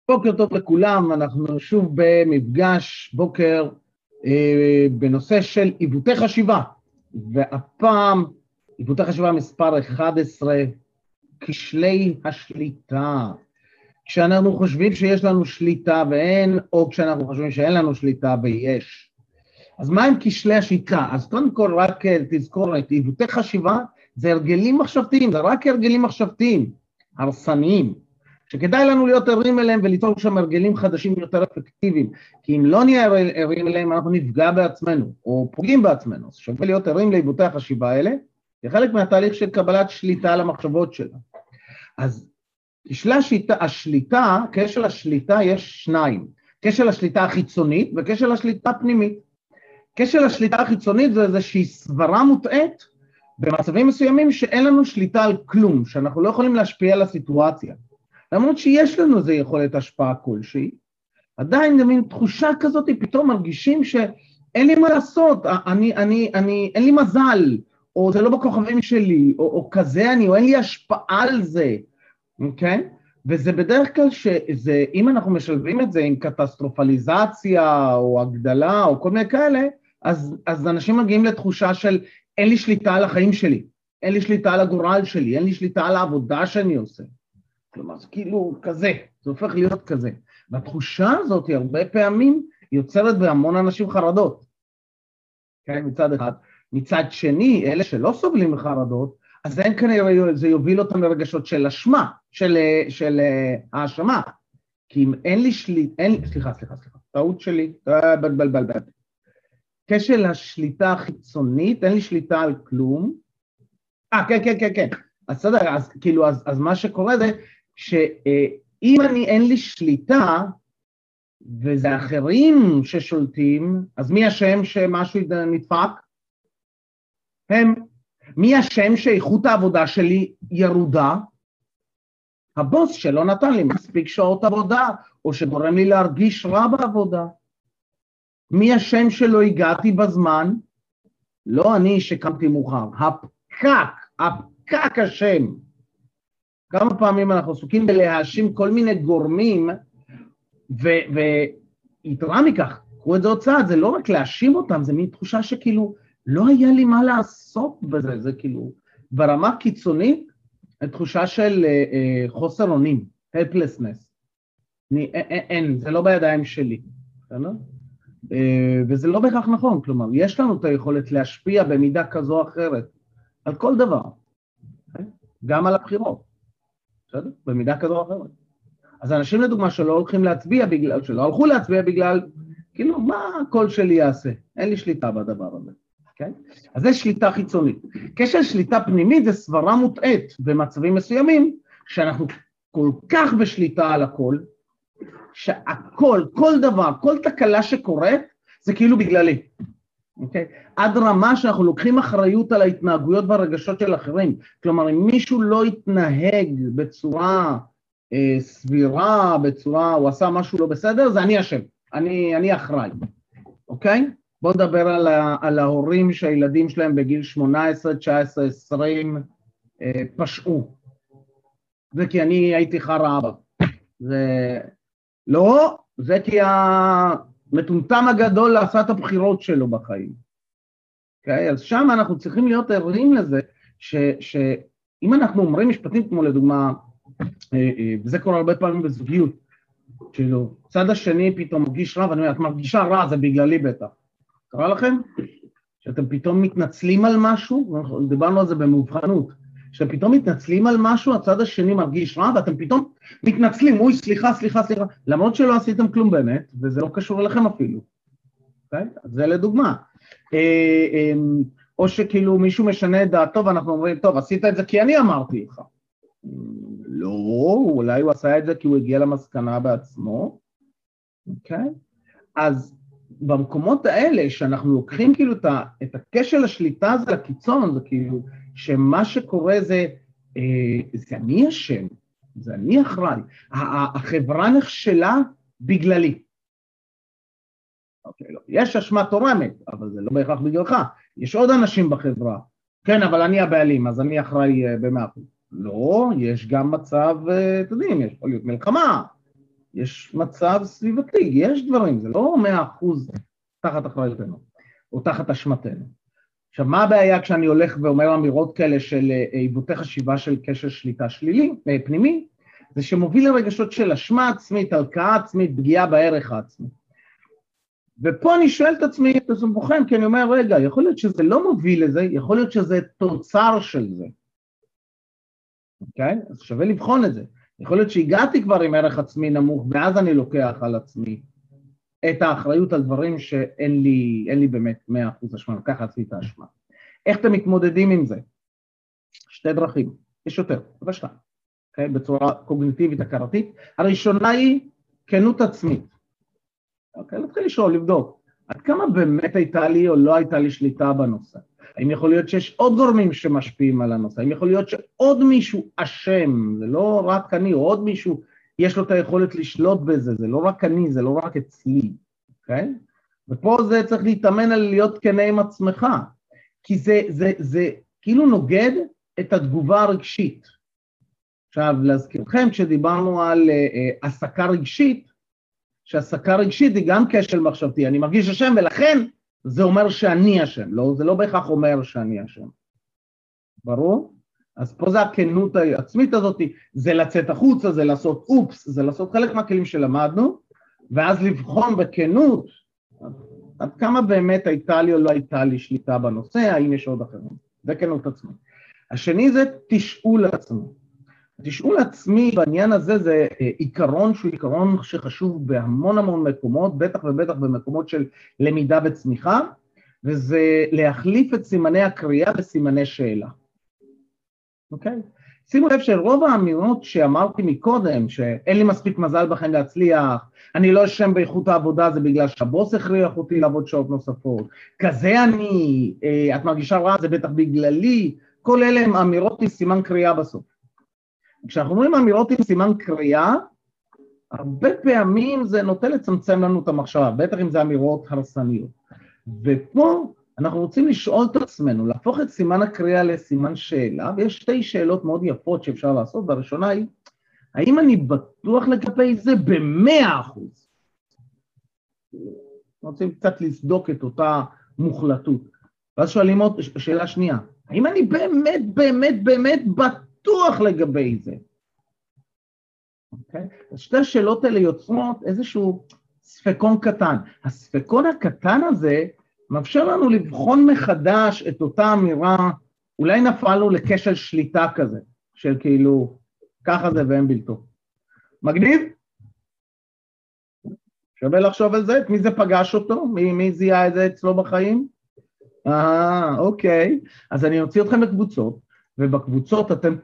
בוקר טוב לכולם, אנחנו שוב במפגש בוקר בנושא של עיוותי חשיבה, והפעם עיוותי חשיבה מספר 11, כשלי השליטה. כשאנחנו חושבים שיש לנו שליטה ואין, או כשאנחנו חושבים שאין לנו שליטה ויש. אז מה הם כשלי השיטה? אז קודם כל רק תזכור את עיוותי חשיבה, זה הרגלים מחשבתיים, זה רק הרגלים מחשבתיים, הרסניים. שכדאי לנו להיות ערים אליהם וליצור שם הרגלים חדשים יותר אפקטיביים, כי אם לא נהיה ערים אליהם, אנחנו נפגע בעצמנו, או פוגעים בעצמנו. אז שווה להיות ערים לעיוותי החשיבה האלה, זה חלק מהתהליך של קבלת שליטה על המחשבות שלה. אז כשל השליטה, כשל השליטה יש שניים, כשל השליטה החיצונית וכשל השליטה הפנימית. כשל השליטה החיצונית זה איזושהי סברה מוטעית, במצבים מסוימים שאין לנו שליטה על כלום, שאנחנו לא יכולים להשפיע על הסיטואציה. למרות שיש לנו איזו יכולת השפעה כלשהי, עדיין גם עם תחושה כזאת, פתאום מרגישים שאין לי מה לעשות, אין לי מזל, או זה לא בכוכבים שלי, או כזה או אין לי השפעה על זה, אוקיי? וזה בדרך כלל שזה, אם אנחנו משלבים את זה עם קטסטרופליזציה, או הגדלה, או כל מיני כאלה, אז אנשים מגיעים לתחושה של אין לי שליטה על החיים שלי, אין לי שליטה על הגורל שלי, אין לי שליטה על העבודה שאני עושה. כלומר, זה כאילו כזה, זה הופך להיות כזה. והתחושה הזאת הרבה פעמים יוצרת בהמון אנשים חרדות. כן, מצד אחד. מצד שני, אלה שלא סובלים מחרדות, אז אין כנראה, זה יוביל אותם לרגשות של אשמה, של האשמה. כי אם אין לי סליחה, טעות שלי, כשל השליטה החיצונית, אין לי שליטה על כלום. כן. אז בסדר, אז כאילו, אז מה שקורה זה, שאם אין לי שליטה, וזה אחרים ששולטים, אז מי השם שמשהו נדפק? הם. מי השם שאיכות העבודה שלי ירודה? הבוס שלא נתן לי מספיק שעות עבודה, או שגורם לי להרגיש רע בעבודה. מי השם שלא הגעתי בזמן? לא אני שקמתי מאוחר, הפקק השם. כמה פעמים אנחנו עסוקים בלהאשים כל מיני גורמים, ויתרה מכך, קחו את זה עוד צעד, זה לא רק להאשים אותם, זה מין תחושה שכאילו, לא היה לי מה לעשות בזה, זה כאילו, ברמה קיצונית, תחושה של חוסר אונים, helplessness. אין, זה לא בידיים שלי, בסדר? וזה לא בהכרח נכון, כלומר, יש לנו את היכולת להשפיע במידה כזו או אחרת, על כל דבר, גם על הבחירות. בסדר? במידה כזו או אחרת. אז אנשים לדוגמה שלא הולכים להצביע בגלל, שלא הלכו להצביע בגלל, כאילו, מה הקול שלי יעשה? אין לי שליטה בדבר הזה, אוקיי? אז זה שליטה חיצונית. כשל שליטה פנימית זה סברה מוטעית במצבים מסוימים, שאנחנו כל כך בשליטה על הכל, שהכל, כל דבר, כל תקלה שקורית, זה כאילו בגללי. אוקיי? עד רמה שאנחנו לוקחים אחריות על ההתנהגויות והרגשות של אחרים. כלומר, אם מישהו לא התנהג בצורה סבירה, בצורה, הוא עשה משהו לא בסדר, זה אני אשם. אני אחראי. אוקיי? בואו נדבר על ההורים שהילדים שלהם בגיל 18, 19, 20 פשעו. זה כי אני הייתי חרא אבא. לא, זה כי המטומטם הגדול עשה את הבחירות שלו בחיים. אוקיי? אז שם אנחנו צריכים להיות ערים לזה, שאם אנחנו אומרים משפטים כמו לדוגמה, וזה קורה הרבה פעמים בזוגיות, כאילו, צד השני פתאום מרגיש רע, ואני אומר, את מרגישה רע, זה בגללי בטח. קרה לכם? שאתם פתאום מתנצלים על משהו, דיברנו על זה במובחנות, שאתם פתאום מתנצלים על משהו, הצד השני מרגיש רע, ואתם פתאום מתנצלים, אוי, סליחה, למרות שלא עשיתם כלום באמת, וזה לא קשור אליכם אפילו. אוקיי? אז זה לדוגמה. או שכאילו מישהו משנה את דעתו, ואנחנו אומרים, טוב, עשית את זה כי אני אמרתי לך. לא, אולי הוא עשה את זה כי הוא הגיע למסקנה בעצמו. אוקיי? אז במקומות האלה שאנחנו לוקחים כאילו את הכשל השליטה הזה לקיצון, זה כאילו שמה שקורה זה אני אשם, זה אני אחראי, החברה נכשלה בגללי. אוקיי, לא. יש אשמה תורמת, אבל זה לא בהכרח בגללך, יש עוד אנשים בחברה, כן, אבל אני הבעלים, אז אני אחראי ב100%. לא, יש גם מצב, אתם יודעים, יש פה להיות מלחמה, יש מצב סביבתי, יש דברים, זה לא 100% תחת אחריותנו, או תחת אשמתנו. עכשיו, מה הבעיה כשאני הולך ואומר אמירות כאלה של עיוותי חשיבה של קשר שליטה שלילי, פנימי, זה שמוביל לרגשות של אשמה עצמית, הלקאה עצמית, פגיעה בערך העצמי. ופה אני שואל את עצמי, את עצמכם, כי אני אומר, רגע, יכול להיות שזה לא מוביל לזה, יכול להיות שזה תוצר של זה. אוקיי? אז שווה לבחון את זה. יכול להיות שהגעתי כבר עם ערך עצמי נמוך, ואז אני לוקח על עצמי את האחריות על דברים שאין לי באמת 100% אשמה, לקח עצמי את האשמה. איך אתם מתמודדים עם זה? שתי דרכים, יש יותר, אבל שתיים, אוקיי? בצורה קוגניטיבית הכרתית. הראשונה היא כנות עצמית. אוקיי, נתחיל לשאול, לבדוק, עד כמה באמת הייתה לי או לא הייתה לי שליטה בנושא? האם יכול להיות שיש עוד גורמים שמשפיעים על הנושא? האם יכול להיות שעוד מישהו אשם, זה לא רק אני, או עוד מישהו יש לו את היכולת לשלוט בזה, זה לא רק אני, זה לא רק אצלי, אוקיי? ופה זה צריך להתאמן על להיות כנה עם עצמך, כי זה כאילו נוגד את התגובה הרגשית. עכשיו, להזכירכם, כשדיברנו על עסקה רגשית, שהעסקה רגשית היא גם כשל מחשבתי, אני מרגיש אשם ולכן זה אומר שאני אשם, לא, זה לא בהכרח אומר שאני אשם. ברור? אז פה זה הכנות העצמית הזאת, זה לצאת החוצה, זה לעשות אופס, זה לעשות חלק מהכלים שלמדנו, ואז לבחון בכנות, עד כמה באמת הייתה לי או לא הייתה לי שליטה בנושא, האם יש עוד אחרים. זה כנות עצמית. השני זה תשאול עצמי. תשאול עצמי בעניין הזה זה עיקרון שהוא עיקרון שחשוב בהמון המון מקומות, בטח ובטח במקומות של למידה וצמיחה, וזה להחליף את סימני הקריאה בסימני שאלה. אוקיי? שימו לב שרוב האמירות שאמרתי מקודם, שאין לי מספיק מזל בכם להצליח, אני לא אשם באיכות העבודה, זה בגלל שהבוס הכריח אותי לעבוד שעות נוספות, כזה אני, את מרגישה רע, זה בטח בגללי, כל אלה הם אמירות עם סימן קריאה בסוף. כשאנחנו אומרים אמירות עם סימן קריאה, הרבה פעמים זה נוטה לצמצם לנו את המחשבה, בטח אם זה אמירות הרסניות. ופה אנחנו רוצים לשאול את עצמנו, להפוך את סימן הקריאה לסימן שאלה, ויש שתי שאלות מאוד יפות שאפשר לעשות, והראשונה היא, האם אני בטוח לגבי זה ב100%? רוצים קצת לסדוק את אותה מוחלטות. ואז שואלים עוד שאלה שנייה, האם אני באמת בטוח לגבי זה? אוקיי? אז שתי השאלות האלה יוצרות איזשהו ספקון קטן. הספקון הקטן הזה מאפשר לנו לבחון מחדש את אותה אמירה, אולי נפלנו לקשר שליטה כזה, של כאילו, ככה זה ואין בלתו. מגניב? שווה לחשוב על זה? את מי זה פגש אותו? מי זיהה את זה אצלו בחיים? אוקיי. אז אני אוציא אתכם לקבוצות, ובקבוצות אתם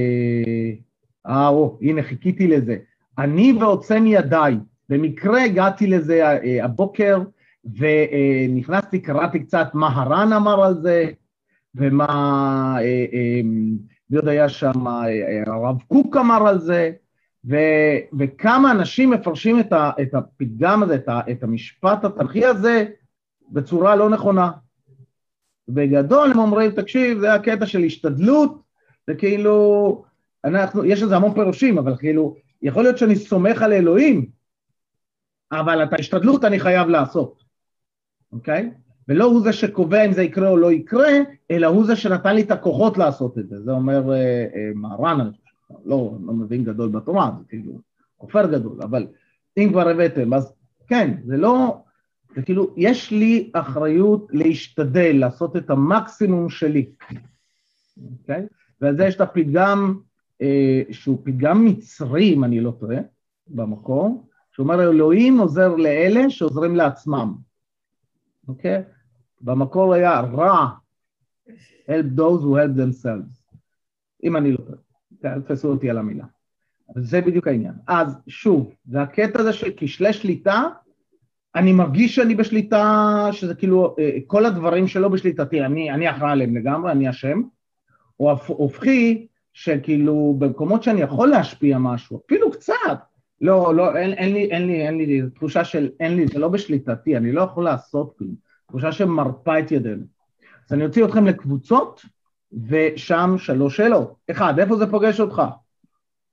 הנה חיכיתי לזה. אני ועוצם ידיי, במקרה הגעתי לזה הבוקר, ונכנסתי, קראתי קצת מה הר"ן אמר על זה, ומה, עוד היה שם, הרב קוק אמר על זה, וכמה אנשים מפרשים את הפתגם הזה, את המשפט התנכי הזה, בצורה לא נכונה. בגדול הם אומרים, תקשיב, זה הקטע של השתדלות, וכאילו, יש לזה המון פירושים, אבל כאילו, יכול להיות שאני סומך על אלוהים, אבל את ההשתדלות אני חייב לעשות, אוקיי? ולא הוא זה שקובע אם זה יקרה או לא יקרה, אלא הוא זה שנתן לי את הכוחות לעשות את זה. זה אומר מהר"ן, אני חושב, לא מבין גדול בתורה, זה כאילו כופר גדול, אבל אם כבר הבאתם, אז כן, זה לא, זה כאילו, יש לי אחריות להשתדל, לעשות את המקסימום שלי, אוקיי? ועל זה יש את הפתגם, שהוא פתגם מצרי, אם אני לא טועה, במקור, שאומר, אלוהים עוזר לאלה שעוזרים לעצמם. אוקיי? במקור היה רע, help those who help themselves. אם אני לא טועה, תפסו אותי על המילה. אבל זה בדיוק העניין. אז שוב, זה הקטע הזה של כשלי שליטה, אני מרגיש שאני בשליטה, שזה כאילו, כל הדברים שלא בשליטתי, אני אחראי עליהם לגמרי, אני אשם, או הופכי, שכאילו במקומות שאני יכול להשפיע משהו, אפילו קצת, לא, אין לי תחושה של, זה לא בשליטתי, אני לא יכול לעשות כלום, תחושה שמרפה את ידינו. אז אני אוציא אתכם לקבוצות, ושם 3 שאלות. 1, איפה זה פוגש אותך?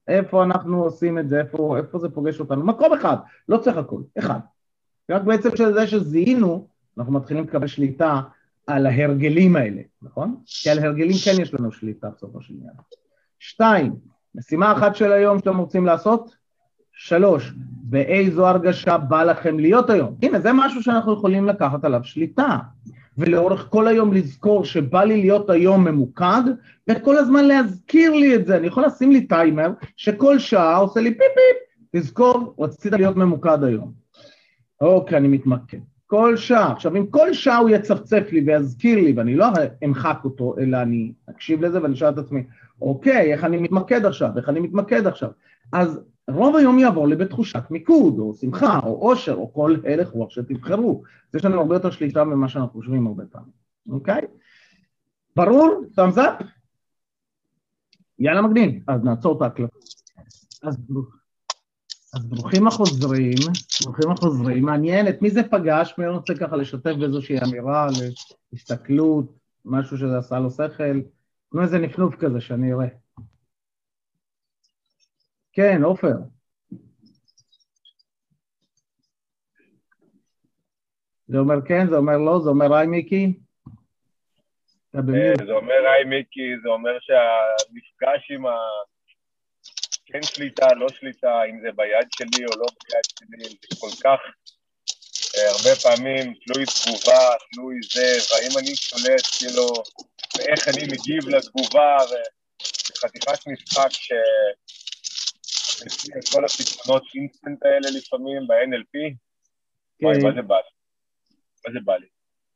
איפה אנחנו עושים את זה, איפה זה פוגש אותנו? מקום אחד, לא צריך הכל, אחד. רק בעצם של זה שזיהינו, אנחנו מתחילים לקבל שליטה על ההרגלים האלה, נכון? כי על הרגלים כן יש לנו שליטה בסופו של עניין. 2, משימה אחת של היום שאתם רוצים לעשות. 3, באיזו הרגשה בא לכם להיות היום? הנה, זה משהו שאנחנו יכולים לקחת עליו שליטה, ולאורך כל היום לזכור שבא לי להיות היום ממוקד, וכל הזמן להזכיר לי את זה. אני יכול לשים לי טיימר שכל שעה עושה לי פיפ פיפ, תזכור, רצית להיות ממוקד היום. אוקיי, אני מתמקד. כל שעה. עכשיו, אם כל שעה הוא יצפצף לי ויזכיר לי, ואני לא אמחק אותו, אלא אני אקשיב לזה ואני שואל את עצמי, אוקיי, איך אני מתמקד עכשיו? איך אני מתמקד עכשיו? אז רוב היום יעבור לי בתחושת מיקוד, או שמחה, או עושר, או כל הלך רוח שתבחרו. אז יש לנו הרבה יותר שליטה ממה שאנחנו חושבים הרבה פעמים. אוקיי? ברור? thumbs up? יאללה מגניב. אז נעצור את ההקלטה. אז ברוכים החוזרים, מעניין את מי זה פגש, מי רוצה ככה לשתף באיזושהי אמירה, להסתכלות, משהו שזה עשה לו שכל, כמו איזה נפנוף כזה שאני אראה. כן, עופר. זה אומר כן, זה אומר לא, זה אומר היי מיקי? זה אומר היי מיקי, זה אומר שהמפגש עם כן שליטה, לא שליטה, אם זה ביד שלי או לא ביד שלי, זה כל כך הרבה פעמים תלוי תגובה, תלוי זה, והאם אני שולט כאילו, ואיך אני מגיב לתגובה, וחתיכת משחק שמציע את כל הפתרונות אינסטנט האלה לפעמים ב-NLP, וואי, מה זה בא לי? מה זה בא לי?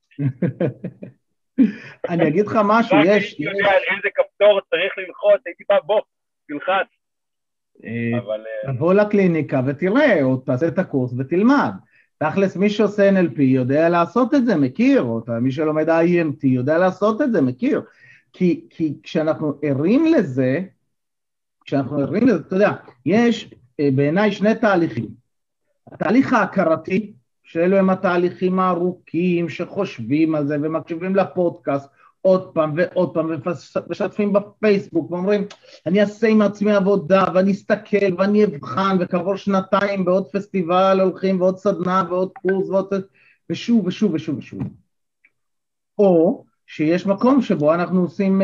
אני אגיד לך משהו, רק הייתי יודע על איזה כפתור צריך ללחוץ, הייתי בא בוא, תלחץ. תבוא לקליניקה ותראה, או תעשה את הקורס ותלמד. תכלס, מי שעושה NLP יודע לעשות את זה, מכיר, או מי שלומד IMT יודע לעשות את זה, מכיר. כי כשאנחנו ערים לזה, אתה יודע, יש בעיניי שני תהליכים. התהליך ההכרתי, שאלו הם התהליכים הארוכים שחושבים על זה ומקשיבים לפודקאסט עוד פעם ועוד פעם ומשתפים בפייסבוק ואומרים אני אעשה עם עצמי עבודה ואני אסתכל ואני אבחן וכעבור שנתיים בעוד פסטיבל הולכים ועוד סדנה ועוד קורס ושוב ושוב ושוב ושוב. או שיש מקום שבו אנחנו עושים,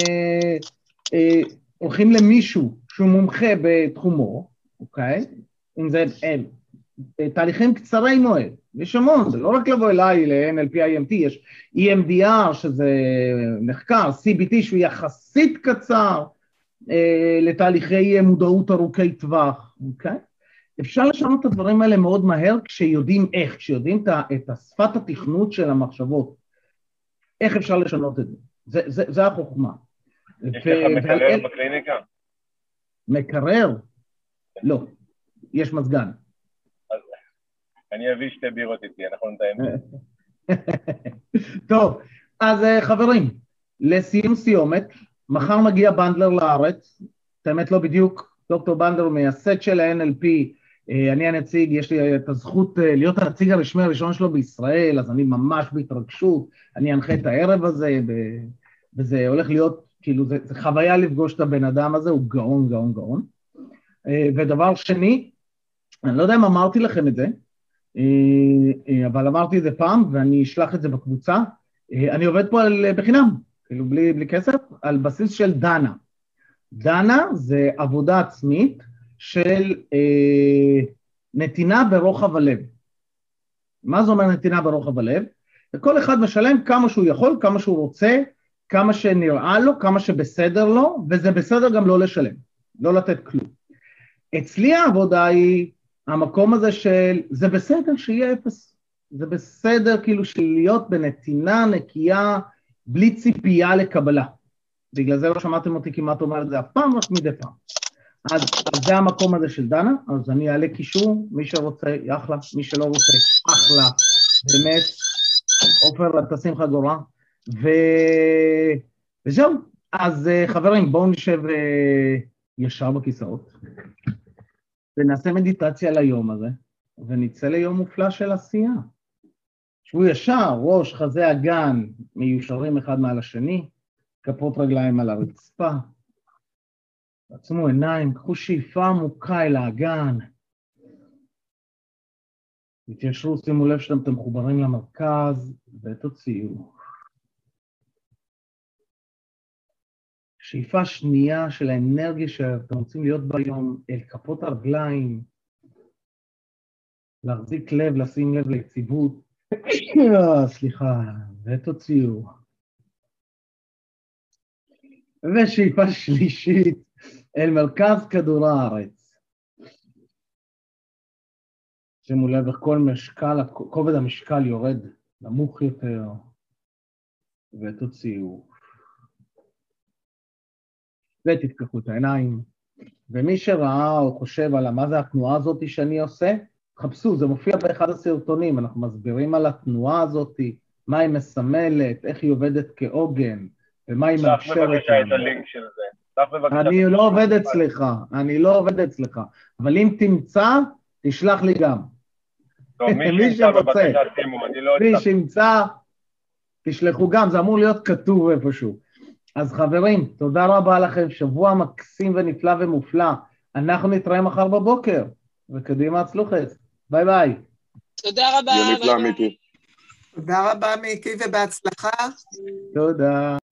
הולכים למישהו שהוא מומחה בתחומו, אוקיי? אם זה תהליכים קצרי מועד, יש המון, זה לא רק לבוא אליי ל-NLP IMT, יש EMDR שזה מחקר, CBT שהוא יחסית קצר, לתהליכי מודעות ארוכי טווח, אוקיי? אפשר לשנות את הדברים האלה מאוד מהר כשיודעים איך, כשיודעים את השפת התכנות של המחשבות, איך אפשר לשנות את זה, זה החוכמה. יש לך מקרר בקליניקה? מקרר? לא, יש מזגן. אני אביא 2 בירות איתי, אנחנו נתאם. טוב, אז חברים, לסיום סיומת, מחר מגיע בנדלר לארץ, האמת לא בדיוק, דוקטור בנדלר מייסד של ה-NLP, אני הנציג, יש לי את הזכות להיות הנציג הרשמי הראשון שלו בישראל, אז אני ממש בהתרגשות, אני אנחה את הערב הזה, וזה הולך להיות, כאילו, זה חוויה לפגוש את הבן אדם הזה, הוא גאון, גאון, גאון. ודבר שני, אני לא יודע אם אמרתי לכם את זה, אבל אמרתי את זה פעם, ואני אשלח את זה בקבוצה, אני עובד פה בחינם, כאילו בלי כסף, על בסיס של דנה. דנה זה עבודה עצמית של נתינה ברוחב הלב. מה זה אומר נתינה ברוחב הלב? וכל אחד משלם כמה שהוא יכול, כמה שהוא רוצה, כמה שנראה לו, כמה שבסדר לו, וזה בסדר גם לא לשלם, לא לתת כלום. אצלי העבודה היא המקום הזה של, זה בסדר שיהיה אפס, זה בסדר כאילו של להיות בנתינה נקייה, בלי ציפייה לקבלה. בגלל זה לא שמעתם אותי כמעט אומר את זה אף פעם, רק מדי פעם. אז זה המקום הזה של דנה, אז אני אעלה קישור, מי שרוצה, אחלה, מי שלא רוצה, אחלה, באמת, עופר, תשים חגורה, וזהו, אז חברים, בואו נשב ישר בכיסאות, ונעשה מדיטציה ליום הזה, ונצא ליום מופלא של עשייה. שבו ישר, ראש, חזה, אגן, מיושרים אחד מעל השני, כפות רגליים על הרצפה, עצמו עיניים, קחו שאיפה עמוקה אל האגן. תתיישרו, שימו לב שאתם מחוברים למרכז, ותוציאו. שאיפה שנייה של האנרגיה שאתם רוצים להיות ביום אל כפות הרגליים, להחזיק לב, לשים לב ליציבות. סליחה, ותוציאו. ושאיפה שלישית אל מרכז כדור הארץ. שימו לב איך כל משקל, כובד המשקל יורד נמוך יותר, ותוציאו. ותתקחו את העיניים. ומי שראה או חושב על מה זה התנועה הזאת שאני עושה, חפשו, זה מופיע באחד הסרטונים, אנחנו מסבירים על התנועה הזאת, מה היא מסמלת, איך היא עובדת כעוגן, ומה היא מאפשרת. שלח בבקשה את הלינק של זה. אני לא עובד אצלך, אבל אם תמצא, תשלח לי גם. טוב, מי שימצא בבקשה שימו, אני לא... מי שימצא, תשלחו גם, זה אמור להיות כתוב איפשהו. אז חברים, תודה רבה לכם, שבוע מקסים ונפלא ומופלא. אנחנו נתראה מחר בבוקר, וקדימה הצלוחת. ביי ביי. תודה רבה. יום נפלא, מיקי. תודה רבה, מיקי, ובהצלחה. תודה.